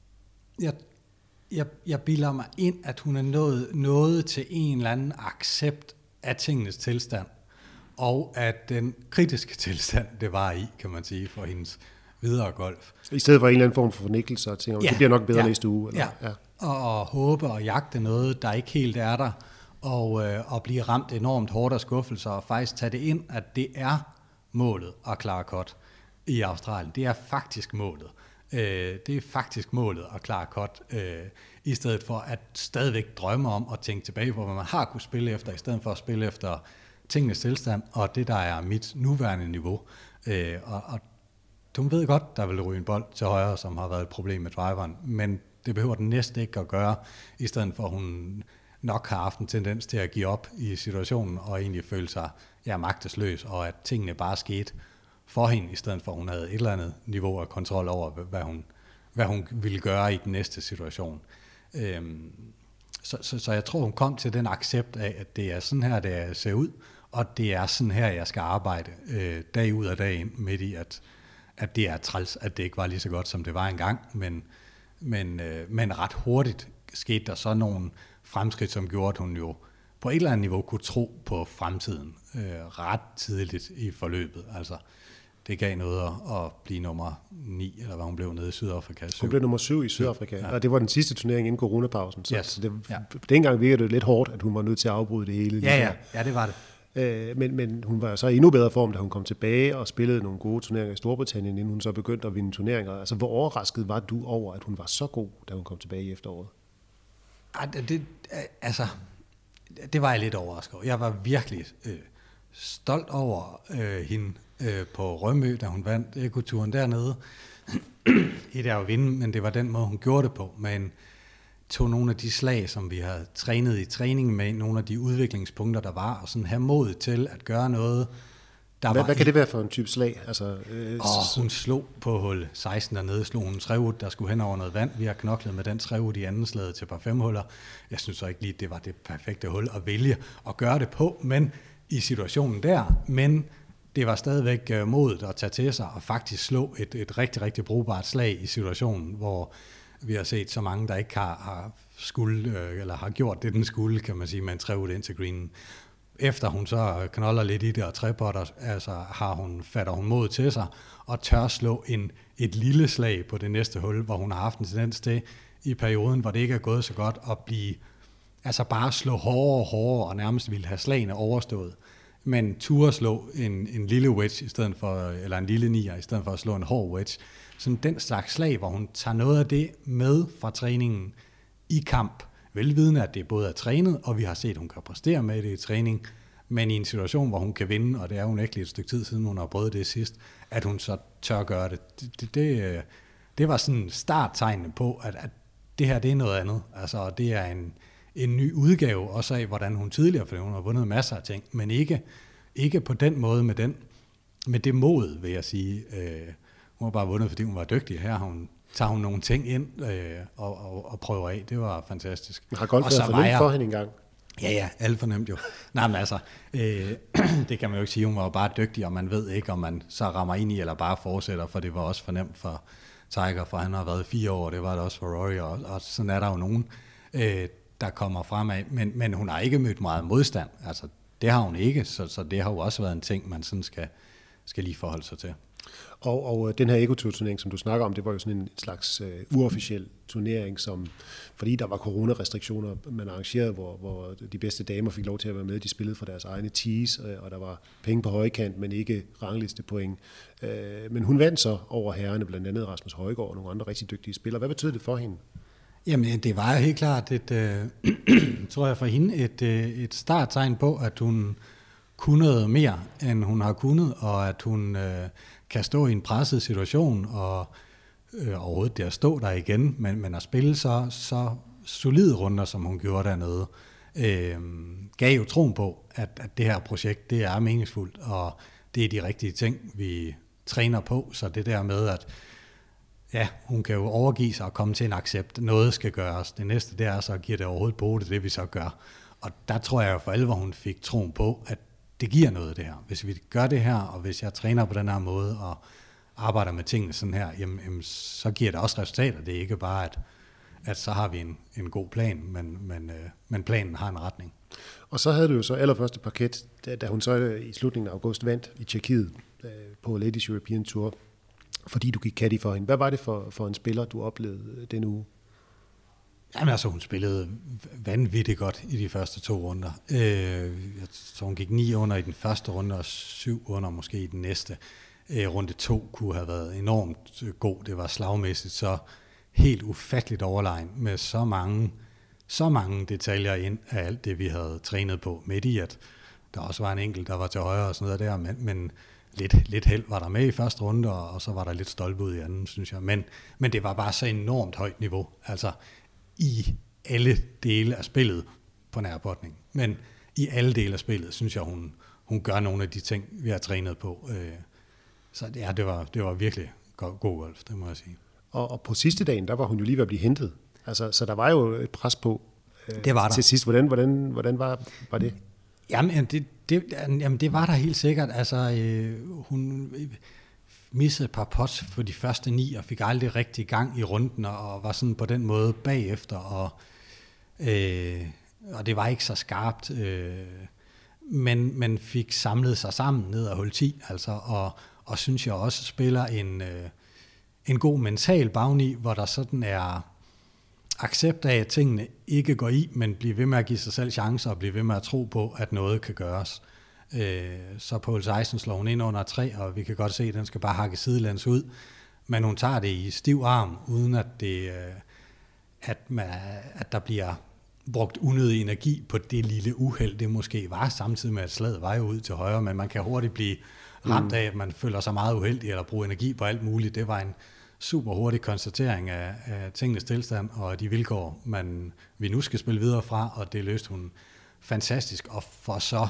[SPEAKER 2] jeg bilder mig ind, at hun er nået til en eller anden accept af tingenes tilstand, og at den kritiske tilstand, det var i, kan man sige, for hendes videre golf.
[SPEAKER 1] I stedet for en eller anden form for fornægtelse, og tænker, det bliver nok bedre næste uge. Eller?
[SPEAKER 2] Ja. Og håbe og jagte noget, der ikke helt er der, og blive ramt enormt hårdt af skuffelser, og faktisk tage det ind, at det er målet at klare cut i Australien. Det er faktisk målet. Det er faktisk målet at klare cut, i stedet for at stadigvæk drømme om at tænke tilbage på, hvad man har kunne spille efter, i stedet for at spille efter tingenes tilstand, og det, der er mit nuværende niveau. Og du ved godt, der vil ryge en bold til højre, som har været et problem med driveren, men det behøver den næsten ikke at gøre, i stedet for at hun nok har haft en tendens til at give op i situationen, og egentlig føle sig magtesløs, og at tingene bare skete for hende, i stedet for at hun havde et eller andet niveau af kontrol over, hvad hun ville gøre i den næste situation. Så jeg tror, hun kom til den accept af, at det er sådan her, det ser ud, og det er sådan her, jeg skal arbejde dag ud og dag ind, midt i, at det er træls, at det ikke var lige så godt, som det var engang, men ret hurtigt skete der så nogle fremskridt, som gjorde, at hun jo på et eller andet niveau kunne tro på fremtiden ret tidligt i forløbet. Altså, det gav noget at blive nummer 9, eller hvad hun blev nede i Sydafrika. 7.
[SPEAKER 1] Hun blev nummer 7 i Sydafrika, ja. Og det var den sidste turnering inden coronapausen. Så,
[SPEAKER 2] yes.
[SPEAKER 1] så dengang virkede det lidt hårdt, at hun var nødt til at afbryde det hele.
[SPEAKER 2] Ja, det var det.
[SPEAKER 1] Men hun var så i endnu bedre form, da hun kom tilbage og spillede nogle gode turneringer i Storbritannien, inden hun så begyndte at vinde turneringer. Altså, hvor overrasket var du over, at hun var så god, da hun kom tilbage i efteråret?
[SPEAKER 2] Det var jeg lidt overrasket over. Jeg var virkelig stolt over hende på Rømø, da hun vandt ekoturen dernede. Det er jo at vinde, men det var den måde, hun gjorde det på. Men tog nogle af de slag, som vi havde trænet i træningen med, nogle af de udviklingspunkter, der var, og sådan have mod til at gøre noget,
[SPEAKER 1] Hvad kan det være for en type slag? Altså,
[SPEAKER 2] hun slog på hul 16 dernede, slog hun en trævud, der skulle hen over noget vand. Vi har knoklet med den trævud i anden slaget til par 5 huller. Jeg synes så ikke lige, det var det perfekte hul at vælge at gøre det på, men i situationen der, men det var stadigvæk modet at tage til sig og faktisk slå et rigtig, rigtig brugbart slag i situationen, hvor vi har set så mange, der ikke har gjort det, den skulle, kan man sige, med en trævud ind til greenen. Efter hun så knolder lidt i det og trepotter, altså fatter hun mod til sig og tør slå et lille slag på det næste hul, hvor hun har haft en tendens til i perioden, hvor det ikke er gået så godt at blive, altså bare slå hårdere og nærmest ville have slagene overstået. Men turde slå en lille wedge i stedet for, eller en lille nier i stedet for at slå en hård wedge. Sådan den slags slag, hvor hun tager noget af det med fra træningen i kamp, velvidende, at det både er trænet, og vi har set, at hun kan præstere med det i træning, men i en situation, hvor hun kan vinde, og det er hun ikke et stykke tid siden, hun har prøvet det sidst, at hun så tør gøre det. Det var sådan starttegnene på, at det her, det er noget andet. Altså, det er en ny udgave også af, hvordan hun tidligere, for hun har vundet masser af ting, men ikke på den måde med det mod, vil jeg sige. Hun har bare vundet, fordi hun var dygtig. Her tager hun nogle ting ind og prøver af. Det var fantastisk.
[SPEAKER 1] Men har golf været for nemt for hende engang?
[SPEAKER 2] Ja, alle fornemt jo. Nej, men altså, det kan man jo ikke sige. Hun var jo bare dygtig, og man ved ikke, om man så rammer ind i, eller bare fortsætter, for det var også fornemt for Tiger, for han har været 4 år, det var det også for Rory, og sådan er der jo nogen, der kommer fremad. Men hun har ikke mødt meget modstand. Altså, det har hun ikke, så det har jo også været en ting, man sådan skal lige forholde sig til.
[SPEAKER 1] Og den her EcoTour-turnering, som du snakker om, det var jo sådan en slags uofficiel turnering, som, fordi der var coronarestriktioner, man arrangerede, hvor de bedste damer fik lov til at være med. De spillede for deres egne tees, og der var penge på højkant, men ikke ranglistepoint. Men hun vandt så over herrerne, blandt andet Rasmus Højgaard og nogle andre rigtig dygtige spillere. Hvad betød det for hende?
[SPEAKER 2] Jamen, det var helt klart tror jeg for hende, et starttegn på, at hun kunne noget mere, end hun har kunnet, og at hun kan stå i en presset situation, og overhovedet det at stå der igen, men at spille så solide runder, som hun gjorde dernede, gav jo troen på, at det her projekt, det er meningsfuldt, og det er de rigtige ting, vi træner på, så det der med, at ja, hun kan jo overgive sig og komme til en accept. Noget skal gøres. Det næste, det er så at give det overhovedet på det vi så gør. Og der tror jeg jo for alvor, hun fik troen på, at det giver noget det her. Hvis vi gør det her, og hvis jeg træner på den her måde, og arbejder med tingene sådan her, jamen, så giver det også resultater. Det er ikke bare, at så har vi en god plan, men planen har en retning.
[SPEAKER 1] Og så havde du jo så allerførste parket, da hun så i slutningen af august vandt i Tjekkiet på Ladies European Tour, fordi du gik caddy for hende. Hvad var det for en spiller, du oplevede denne uge?
[SPEAKER 2] Jamen altså, hun spillede vanvittigt godt i de første 2 runder. Så hun gik 9 under i den første runde, og 7 under måske i den næste. Runde 2 kunne have været enormt god. Det var slagmæssigt så helt ufatteligt overlegen, med så mange detaljer ind af alt det, vi havde trænet på. Midt i, at der også var en enkelt, der var til højre og sådan noget der, men lidt held var der med i første runde, og så var der lidt stolpe ud i anden, synes jeg. Men det var bare så enormt højt niveau, altså i alle dele af spillet på nærpotning. Men i alle dele af spillet, synes jeg, hun gør nogle af de ting, vi har trænet på. Så ja, det var virkelig god golf, det må jeg sige.
[SPEAKER 1] Og på sidste dagen, der var hun jo lige ved at blive hentet. Altså, så der var jo et pres på
[SPEAKER 2] det var der.
[SPEAKER 1] Til sidst. Hvordan var det?
[SPEAKER 2] Jamen, det var der helt sikkert. Altså, hun missede et par pots for de første 9, og fik aldrig rigtig gang i runden, og var sådan på den måde bagefter, og det var ikke så skarpt, men fik samlet sig sammen ned ad hul 10, altså, og synes jeg også spiller en god mental bagni, hvor der sådan er accept af, at tingene ikke går i, men bliver ved med at give sig selv chancer, og blive ved med at tro på, at noget kan gøres. Så på hul 16 slår hun ind under 3, og vi kan godt se, at den skal bare hakke sidelæns ud, men hun tager det i stiv arm, uden at der bliver brugt unødig energi på det lille uheld, det måske var, samtidig med at slaget var jo ud til højre, men man kan hurtigt blive ramt af, at man føler sig meget uheldig, eller bruger energi på alt muligt. Det var en super hurtig konstatering af tingenes tilstand, og de vilkår, vi nu skal spille videre fra, og det løste hun fantastisk, og for så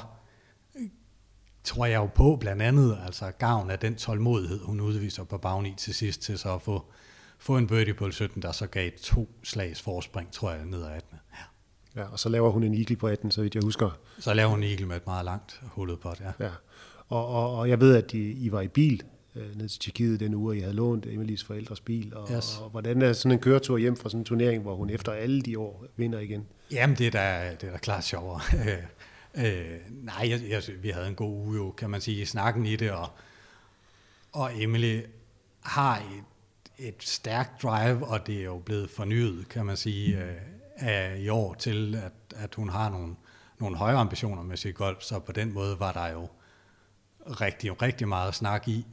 [SPEAKER 2] tror jeg jo på blandt andet, altså gavn af den tålmodighed, hun udviser på bagni til sidst, til så at få en birdie på 17, der så gav 2 slags forspring, tror jeg, ned ad 18.
[SPEAKER 1] Ja, og så laver hun en eagle på 18, så vidt jeg husker.
[SPEAKER 2] Så laver hun en eagle med et meget langt hullet pot, ja.
[SPEAKER 1] Og jeg ved, at I var i bil ned til Tjekkiet den uge, I havde lånt Emilies forældres bil, og hvordan er sådan en køretur hjem fra sådan en turnering, hvor hun efter alle de år vinder igen?
[SPEAKER 2] Jamen, det er da klart sjovere. Nej, vi havde en god uge, jo, kan man sige, i snakken i det, og Emily har et stærkt drive, og det er jo blevet fornyet, kan man sige, i år til, at hun har nogle højere ambitioner med sit golf, så på den måde var der jo rigtig, rigtig meget snak i,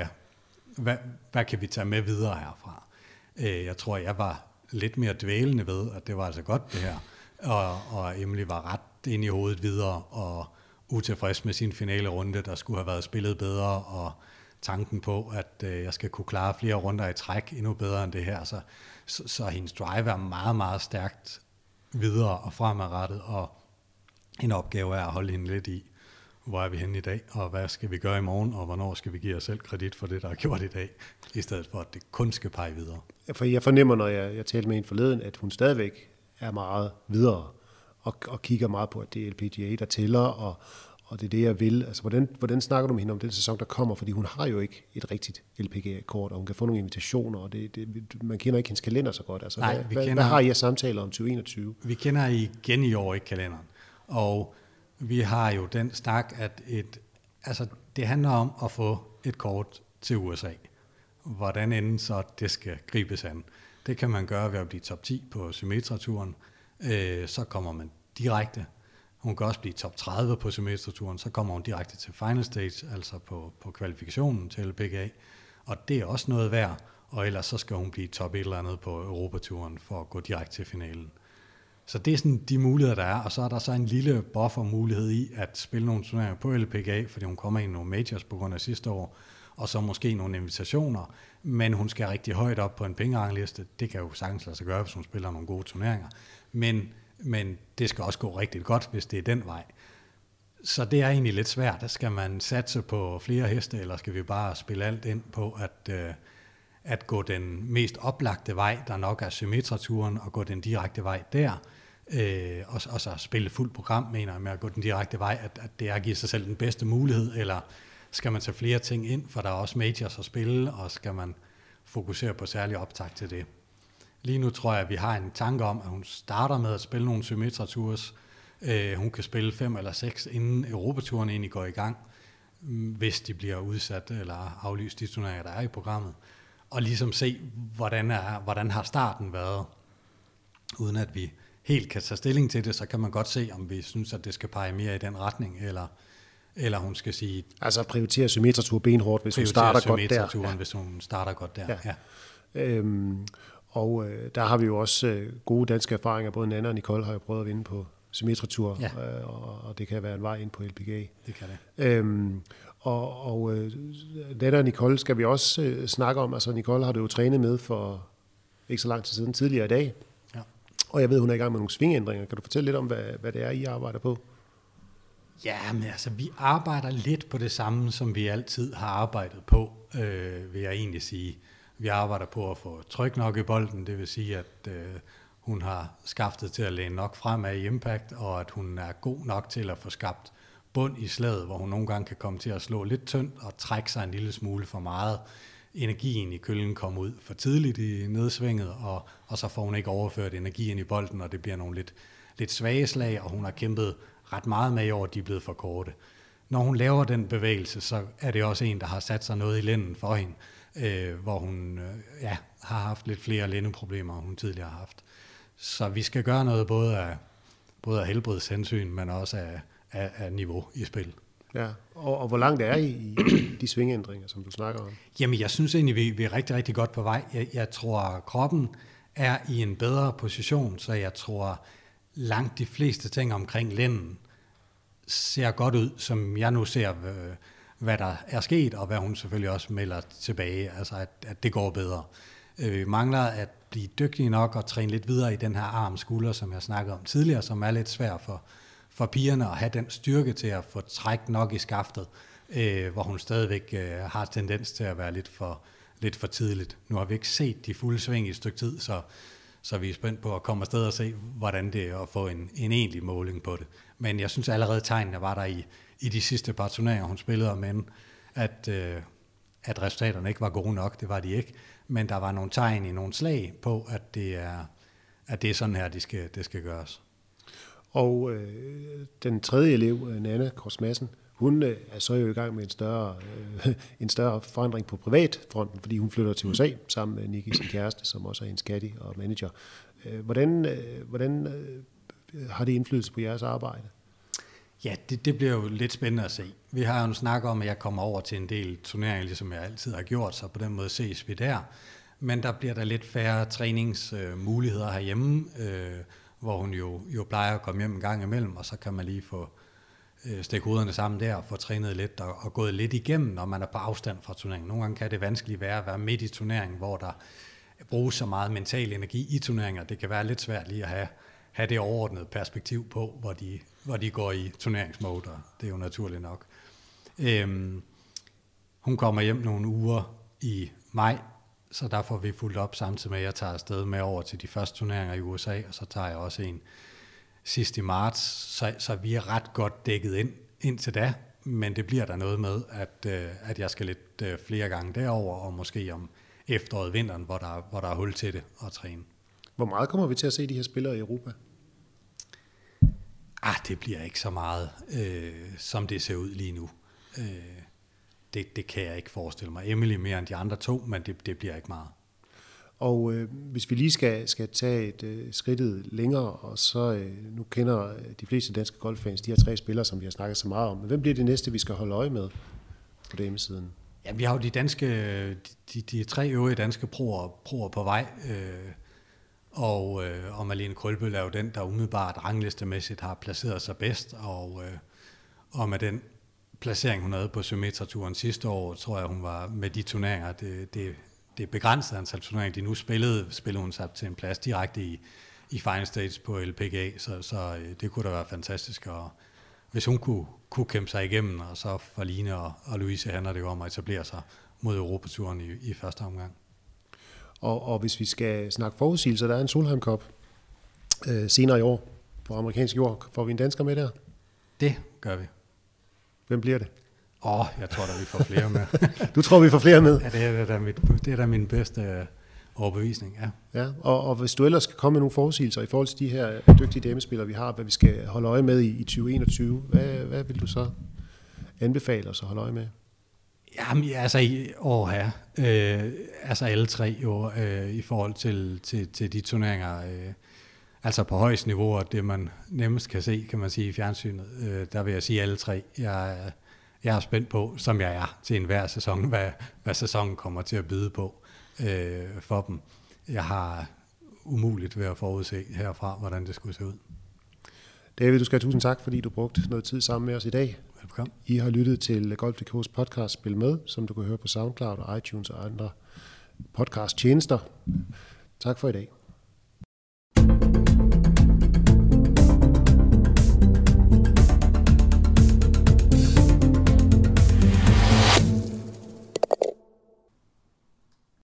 [SPEAKER 2] hvad kan vi tage med videre herfra. Jeg tror, jeg var lidt mere dvælende ved, at det var altså godt det her, og Emily var ret ind i hovedet videre, og utilfreds med sin finale runde, der skulle have været spillet bedre, og tanken på, at jeg skal kunne klare flere runder i træk endnu bedre end det her, så hendes drive er meget, meget stærkt videre og fremadrettet, og en opgave er at holde hende lidt i, hvor er vi henne i dag, og hvad skal vi gøre i morgen, og hvornår skal vi give os selv kredit for det, der er gjort i dag, i stedet for, at det kun skal pege videre.
[SPEAKER 1] For jeg fornemmer, når jeg talte med hende forleden, at hun stadigvæk er meget videre, og kigger meget på, at det er LPGA, der tæller, og det er det, jeg vil. Altså, hvordan snakker du med hende om den sæson, der kommer? Fordi hun har jo ikke et rigtigt LPGA-kort, og hun kan få nogle invitationer, og man kender ikke hendes kalender så godt. Altså,
[SPEAKER 2] Nej,
[SPEAKER 1] hvad har I af samtaler om 2021?
[SPEAKER 2] Vi kender igen i år ikke kalenderen, og vi har jo den snak, at det handler om at få et kort til USA. Hvordan end så det skal gribes an. Det kan man gøre ved at blive top 10 på Symetra-turen. Så kommer man direkte. Hun kan også blive top 30 på Symetra-turen. Så kommer hun direkte til final stage, altså på kvalifikationen til LPGA. Og det er også noget værd. Og ellers så skal hun blive top et eller andet på Europaturen for at gå direkte til finalen. Så det er sådan de muligheder, der er, og så er der så en lille buffer-mulighed i at spille nogle turneringer på LPGA, fordi hun kommer ind i nogle majors på grund af sidste år, og så måske nogle invitationer, men hun skal rigtig højt op på en pengerangliste. Det kan jo sagtens lade sig gøre, hvis hun spiller nogle gode turneringer, men det skal også gå rigtig godt, hvis det er den vej. Så det er egentlig lidt svært. Der skal man satse på flere heste, eller skal vi bare spille alt ind på at gå den mest oplagte vej, der nok er Symetra-turen, og gå den direkte vej der, og så spille fuldt program, mener jeg, med at gå den direkte vej, at det er at give sig selv den bedste mulighed, eller skal man tage flere ting ind, for der er også majors at spille, og skal man fokusere på særlig optakt til det. Lige nu tror jeg, at vi har en tanke om, at hun starter med at spille nogle Symetra-tours. Hun kan spille 5 eller 6, inden Europaturen egentlig går i gang, hvis de bliver udsat eller aflyst de turneringer, der er i programmet. Og ligesom se, hvordan har starten været, uden at vi helt kan tage stilling til det, så kan man godt se, om vi synes, at det skal pege mere i den retning, eller hun skal sige...
[SPEAKER 1] Altså prioritere Symetra-tur benhårdt, hvis hun starter godt der.
[SPEAKER 2] Ja. Hvis hun starter godt der, ja.
[SPEAKER 1] Og der har vi jo også gode danske erfaringer. Både Nanna og Nicole har jo prøvet at vinde på Symetra-tur, og det kan være en vej ind på LPGA.
[SPEAKER 2] Det kan det.
[SPEAKER 1] Og Nanna og Nicole skal vi også snakke om. Altså Nicole har du jo trænet med for ikke så lang tid siden, tidligere i dag.
[SPEAKER 2] Ja.
[SPEAKER 1] Og jeg ved, hun er i gang med nogle svingændringer. Kan du fortælle lidt om, hvad det er, I arbejder på?
[SPEAKER 2] Ja, men altså vi arbejder lidt på det samme, som vi altid har arbejdet på, vil jeg egentlig sige. Vi arbejder på at få tryk nok i bolden, det vil sige, at hun har skaftet til at læne nok fremad i impact, og at hun er god nok til at få skabt bund i slaget, hvor hun nogle gange kan komme til at slå lidt tyndt og trække sig en lille smule for meget. Energien i køllen kommer ud for tidligt i nedsvinget, og så får hun ikke overført energien i bolden, og det bliver nogle lidt svage slag, og hun har kæmpet ret meget med i år, de er blevet for korte. Når hun laver den bevægelse, så er det også en, der har sat sig noget i lænden for hende, hvor hun har haft lidt flere lændeproblemer, end hun tidligere har haft. Så vi skal gøre noget både af helbredshensyn, men også af niveau i spil.
[SPEAKER 1] Ja, og hvor langt er I de svingeændringer, som du snakker om?
[SPEAKER 2] Jamen, jeg synes egentlig, vi er rigtig, rigtig godt på vej. Jeg tror, kroppen er i en bedre position, så jeg tror, langt de fleste ting omkring lænden ser godt ud, som jeg nu ser, hvad der er sket, og hvad hun selvfølgelig også melder tilbage, altså at det går bedre. Vi mangler at blive dygtige nok og træne lidt videre i den her arm-skulder, som jeg snakkede om tidligere, som er lidt svær for pigerne at have den styrke til at få træk nok i skaftet, hvor hun stadigvæk har tendens til at være lidt for tidligt. Nu har vi ikke set de fulde sving i et stykke tid, så vi er spændt på at komme afsted og se, hvordan det er at få en egentlig måling på det. Men jeg synes allerede tegnene var der i de sidste par turneringer, hun spillede, men at resultaterne ikke var gode nok, det var de ikke. Men der var nogle tegn i nogle slag på, at det er sådan her, det skal gøres.
[SPEAKER 1] Og den tredje elev, Nanna Kors Madsen, hun er så jo i gang med en større forandring på privatfronten, fordi hun flytter til USA sammen med Nikki, sin kæreste, som også er en caddy og manager. Hvordan har det indflydelse på jeres arbejde?
[SPEAKER 2] Ja, det bliver jo lidt spændende at se. Vi har jo snakket om, at jeg kommer over til en del turneringer, ligesom jeg altid har gjort, så på den måde ses vi der. Men der bliver der lidt færre træningsmuligheder herhjemme, hvor hun jo plejer at komme hjem en gang imellem, og så kan man lige få stikke hovederne sammen der, få trænet lidt og gået lidt igennem, når man er på afstand fra turneringen. Nogle gange kan det vanskeligt være at være midt i turneringen, hvor der bruges så meget mental energi i turneringer. Det kan være lidt svært lige at have det overordnede perspektiv på, hvor de går i turneringsmode, og det er jo naturligt nok. Hun kommer hjem nogle uger i maj, så der får vi fulgt op samtidig med, at jeg tager afsted med over til de første turneringer i USA, og så tager jeg også en sidst i marts, så vi er ret godt dækket ind til da, men det bliver der noget med, at jeg skal lidt flere gange derover, og måske om efteråret, vinteren, hvor der er hul til det at træne. Hvor meget kommer vi til at se de her spillere i Europa? Det bliver ikke så meget, som det ser ud lige nu. Det kan jeg ikke forestille mig. Emily mere end de andre to, men det bliver ikke meget. Og hvis vi lige skal tage et skridtet længere, og så nu kender de fleste danske golffans de her 3 spillere, som vi har snakket så meget om. Men hvem bliver det næste, vi skal holde øje med på damesiden? Ja, vi har jo de 3 øvrige danske proer på vej, og Malene Krølbøl er jo den, der umiddelbart ranglistemæssigt har placeret sig bedst, og med den placering, hun havde på Symetra-turen sidste år, tror jeg, hun var med de turneringer, det begrænsede antal turneringer, de nu spillede hun sig til en plads direkte i final stage på LPGA, så det kunne da være fantastisk, og hvis hun kunne kæmpe sig igennem, og så for Line og Louise handler det jo om at etablere sig mod Europaturen i første omgang. Og hvis vi skal snakke forudsigelser, der er en Solheim Cup senere i år på amerikansk jord. Får vi en dansker med der? Det gør vi. Hvem bliver det? Jeg tror da, vi får flere med. Du tror, vi får flere med? Ja, det er da min bedste overbevisning, ja. Ja, og hvis du ellers skal komme med nogle forudsigelser i forhold til de her dygtige damespillere, vi har, hvad vi skal holde øje med i 2021, hvad vil du så anbefale os at holde øje med? Jamen, altså i år her, altså alle 3 jo, i forhold til de turneringer, altså på højst niveau, og det man nemmest kan se, kan man sige i fjernsynet, der vil jeg sige alle 3. Jeg er spændt på, som jeg er til enhver sæson, hvad sæsonen kommer til at byde på for dem. Jeg har umuligt ved at forudse herfra, hvordan det skulle se ud. David, du skal have tusind tak, fordi du brugte noget tid sammen med os i dag. Velkommen. I har lyttet til Golf.dk's podcast Spil Med, som du kan høre på SoundCloud og iTunes og andre podcast-tjenester. Tak for i dag.